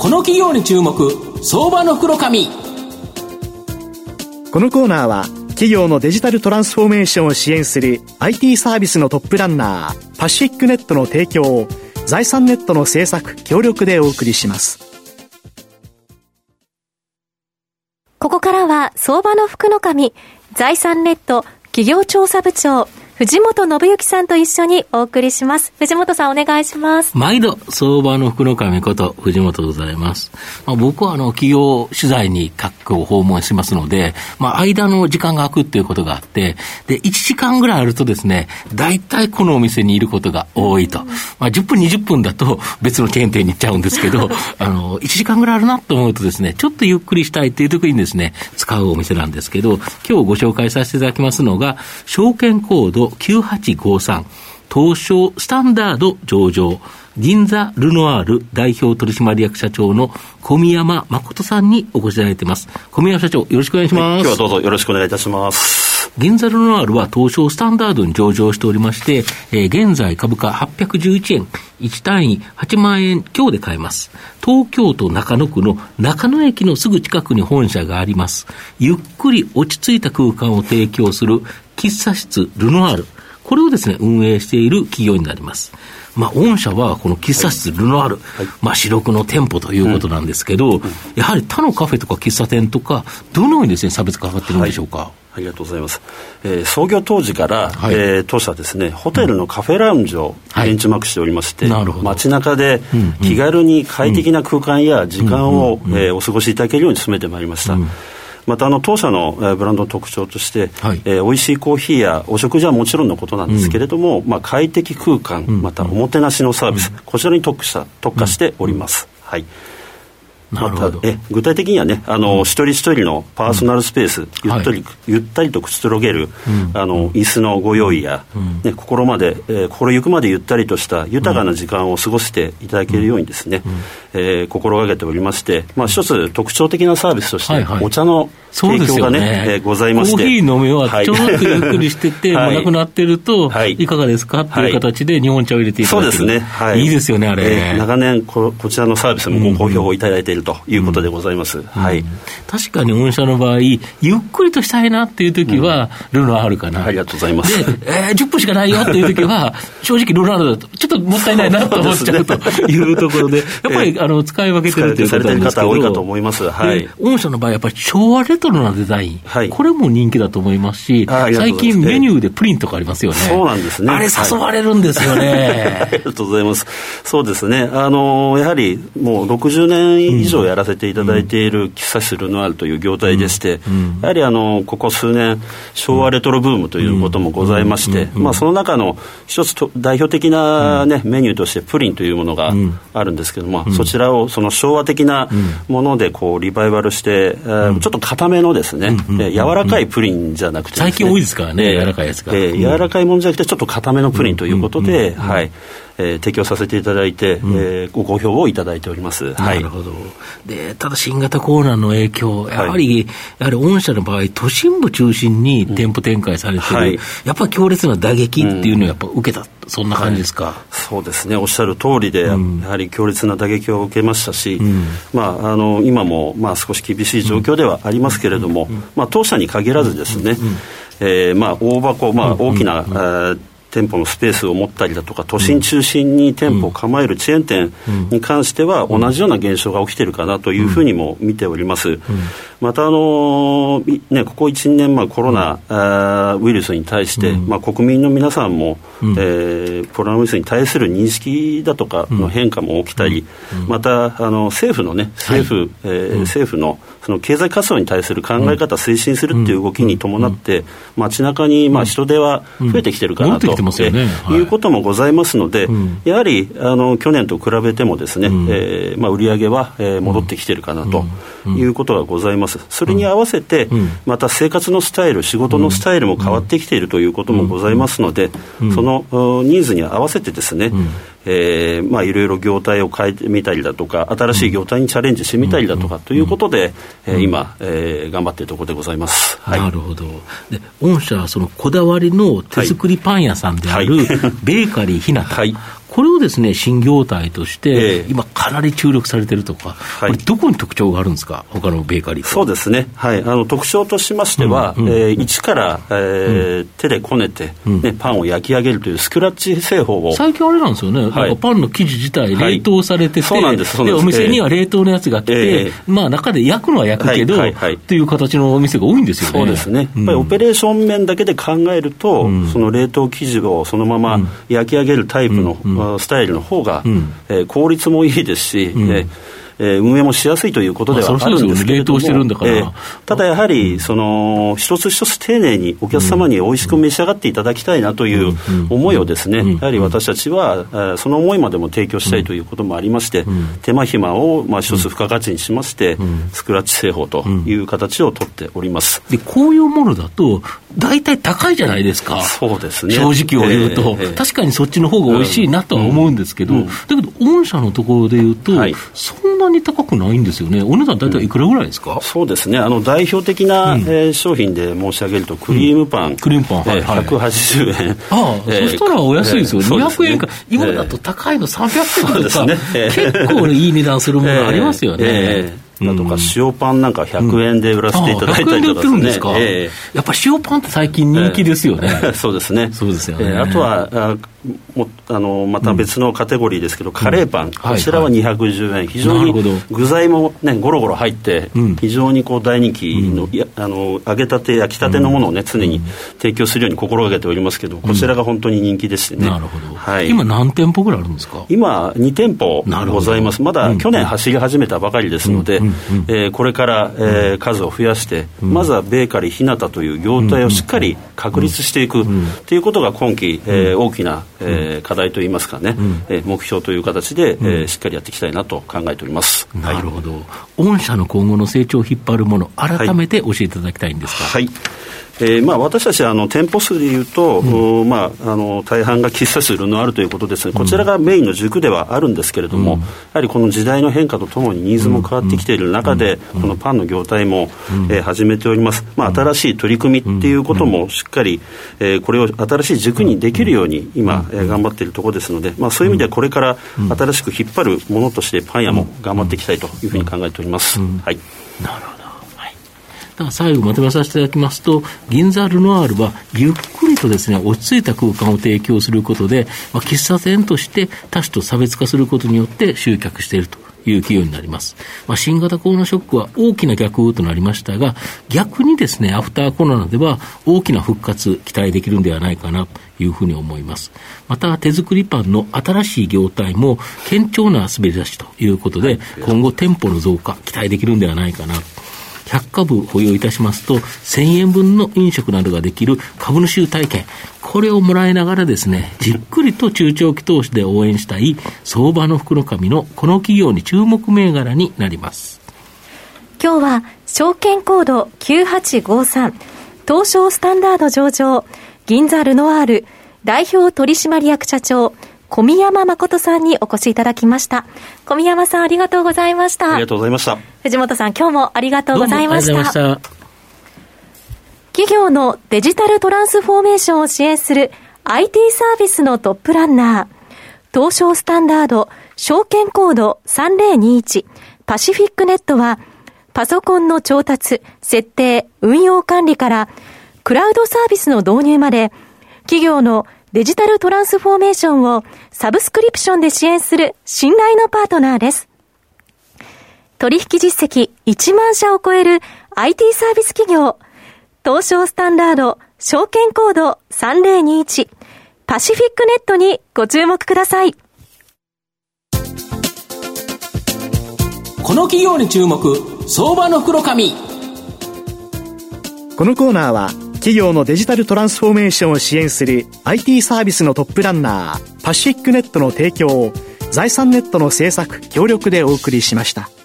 この企業に注目、相場の袋紙。 このコーナーは企業のデジタルトランスフォーメーションを支援する IT サービスのトップランナーパシフィックネットの提供を財産ネットの制作協力でお送りします。 ここからは相場の福の神、財産ネット企業調査部長藤本信之さんと一緒にお送りします。藤本さんお願いします。 毎度相場の福の神こと藤本でございます。僕は企業取材に各を訪問しますので、間の時間が空くっていうことがあって、で1時間ぐらいあるとですね、大体このお店にいることが多いと。10分20分だと別のチェーン店に行っちゃうんですけど1時間ぐらいあるなと思うとですね、ちょっとゆっくりしたいっていう時にですね使うお店なんですけど、今日ご紹介させていただきますのが証券コード9853東証スタンダード上場銀座ルノアール代表取締役社長の小宮山誠さんにお越しいただいています。小宮山社長、よろしくお願いします。 今日はどうぞよろしくお願いいたします。 銀座ルノアールは東証スタンダードに上場しておりまして、現在株価811円1単位8万円強で買えます。東京都中野区の中野駅のすぐ近くに本社があります。ゆっくり落ち着いた空間を提供する喫茶室ルノアール、これをですね運営している企業になります。御社はこの喫茶室ルノアール、主力の店舗ということなんですけど、やはり他のカフェとか喫茶店とかどのようにですね差別化がかっているんでしょうか。 ありがとうございます。創業当時から、当社はですねホテルのカフェラウンジをベンチマークしておりまして、街中で気軽に快適な空間や時間をお過ごしいただけるように努めてまいりました。また当社のブランドの特徴として、美味しいコーヒーやお食事はもちろんのことなんですけれども、快適空間、またおもてなしのサービス、こちらに特化しております。また具体的にはね一人一人のパーソナルスペース、ゆったりとくつろげる、椅子のご用意や、心ゆくまでゆったりとした豊かな時間を過ごしていただけるようにですね、心がけておりまして、一つ特徴的なサービスとして、お茶の提供がね、ございまして、 コーヒー飲みはちょっとゆっくりしてて、なくなってると、いかがですかっていう形で日本茶を入れていただける。 そうですね。 いいですよね、あれ。 長年こちらのサービスもご好評をいただいているということでございます。 確かに御社の場合、ゆっくりとしたいなっていう時は、ルノアールかな。 ありがとうございます。 で、10分しかないよっていう時は、正直ルノアールだとちょっともったいないなと思っちゃうというところで、やっぱり使い分けてるということなんですけど、 されてる方多いかと思います。 御社の場合やっぱり昭和レトロなデザイン、これも人気だと思いますし、最近メニューでプリンとかありますよね。 そうなんですね。 あれ誘われるんですよね。 ありがとうございます。そうですね。やはりもう60年以上やらせていただいている喫茶室ルノアールという業態でして、やはりここ数年昭和レトロブームということもございまして、その中の一つ代表的な、メニューとしてプリンというものがあるんですけども、そちらをその昭和的なものでリバイバルして、ちょっと固めのですね、柔らかいプリンじゃなくて、 最近多いですからね、柔らかいやつが、 柔らかいものじゃなくてちょっと固めのプリンということで、提供させていただいて、ご好評をいただいております。 なるほど。で、ただ新型コロナの影響、やはり御社の場合都心部中心に店舗展開されている、やっぱり強烈な打撃っていうのをやっぱ受けた、そんな感じですか。 そうですね、おっしゃる通りで、やはり強烈な打撃を受けましたし、今も少し厳しい状況ではありますけれども、当社に限らずですね、大箱、大きな、店舗のスペースを持ったりだとか、都心中心に店舗を構えるチェーン店に関しては同じような現象が起きているかなというふうにも見ております。またここ 1,2 年、コロナウイルスに対して、国民の皆さんも、コロナウイルスに対する認識だとかの変化も起きたり、また政府のその経済活動に対する考え方を推進するっていう動きに伴って、街中に人出は増えてきてるかなと、いうこともございますので、やはり去年と比べてもですね、売り上げは戻ってきてるかなということがございます。それに合わせて、また生活のスタイル、仕事のスタイルも変わってきているということもございますので、そのニーズに合わせてですね、いろいろ業態を変えてみたりだとか、新しい業態にチャレンジしてみたりだとかということで、今、頑張っているところでございます。 なるほど。で、御社はそのこだわりの手作りパン屋さんであるベーカリーひなた、 これをですね、新業態として、今かなり注力されているとか、これどこに特徴があるんですか、他のベーカリーと。 そうですね、はい、特徴としましては、一から、手でこねて、パンを焼き上げるというスクラッチ製法を。 最近あれなんですよね、なんかパンの生地自体冷凍されてて、 そうなんです。 お店には冷凍のやつが来て、中で焼くのは焼くけど、っていう形のお店が多いんですよね。 そうですね、やっぱりオペレーション面だけで考えると、その冷凍生地をそのまま焼き上げるタイプの、スタイルの方が、効率もいいですし、運営もしやすいということではあるんですけれども、ただやはりその一つ一つ丁寧にお客様に美味しく召し上がっていただきたいなという思いをですね、やはり私たちはその思いまでも提供したいということもありまして、手間暇を一つ付加価値にしまして、スクラッチ製法という形をとっております。 でこういうものだと大体高いじゃないですか。 そうですね、 正直を言うと、確かにそっちの方が美味しいなとは思うんですけど、だけど御社のところで言うと、そんなに高くないんですよね。お値段大体いくらぐらいですか。 そうですね、代表的な、商品で申し上げるとクリームパン、180円、 そしたらお安いですよ、200円か、今だと高いの300円とか、結構いい値段するものありますよね。 だとか塩パンなんか100円で売らせていただいたりとかですね。100円で売ってるんですか。 やっぱ塩パンって最近人気ですよね。 そうですね。 そうですよね。 あとはまた別のカテゴリーですけど、カレーパン、こちらは210円、非常に具材もねゴロゴロ入って、非常にこう大人気の、揚げたて焼きたてのものをね常に提供するように心がけておりますけど、こちらが本当に人気でしてね。 なるほど。今何店舗ぐらいあるんですか。 今2店舗ございます。まだ去年走り始めたばかりですので、これから、数を増やして、まずはベーカリーひなたという業態をしっかり確立していくということが今期、大きな、課題といいますかね、目標という形で、しっかりやっていきたいなと考えております。 なるほど。御社の今後の成長を引っ張るもの、改めて教えていただきたいんですか。 はい。私たち店舗数でいうと、大半が喫茶数ルノアールということですね、こちらがメインの軸ではあるんですけれども、やはりこの時代の変化とともにニーズも変わってきている中で、このパンの業態も、始めております。新しい取り組みっていうこともしっかり、これを新しい軸にできるように今、頑張っているところですので、そういう意味ではこれから新しく引っ張るものとしてパン屋も頑張っていきたいというふうに考えております。はい。 なるほど。最後まとめさせていただきますと、銀座ルノアールはゆっくりとですね、落ち着いた空間を提供することで、喫茶店として他種と差別化することによって集客しているという企業になります。新型コロナショックは大きな逆風となりましたが、逆にですね、アフターコロナでは大きな復活期待できるんではないかなというふうに思います。また手作りパンの新しい業態も堅調な滑り出しということで、今後店舗の増加期待できるんではないかな。100株保有いたしますと1000円分の飲食などができる株主優待券、これをもらいながらですね、じっくりと中長期投資で応援したい相場の福の神のこの企業に注目銘柄になります。 今日は証券コード9853東証スタンダード上場銀座ルノアール代表取締役社長小宮山誠さんにお越しいただきました。小宮山さん、ありがとうございました。 ありがとうございました。 藤本さん、今日もありがとうございました。 どうもありがとうございました。 企業のデジタルトランスフォーメーションを支援する IT サービスのトップランナー、東証スタンダード証券コード3021パシフィックネットは、パソコンの調達、設定、運用管理からクラウドサービスの導入まで、企業のデジタルトランスフォーメーションをサブスクリプションで支援する信頼のパートナーです。取引実績1万社を超える IT サービス企業、東証スタンダード証券コード3021パシフィックネットにご注目ください。 この企業に注目、相場の福の神。 このコーナーは企業のデジタルトランスフォーメーションを支援する IT サービスのトップランナーパシフィックネットの提供を財産ネットの制作協力でお送りしました。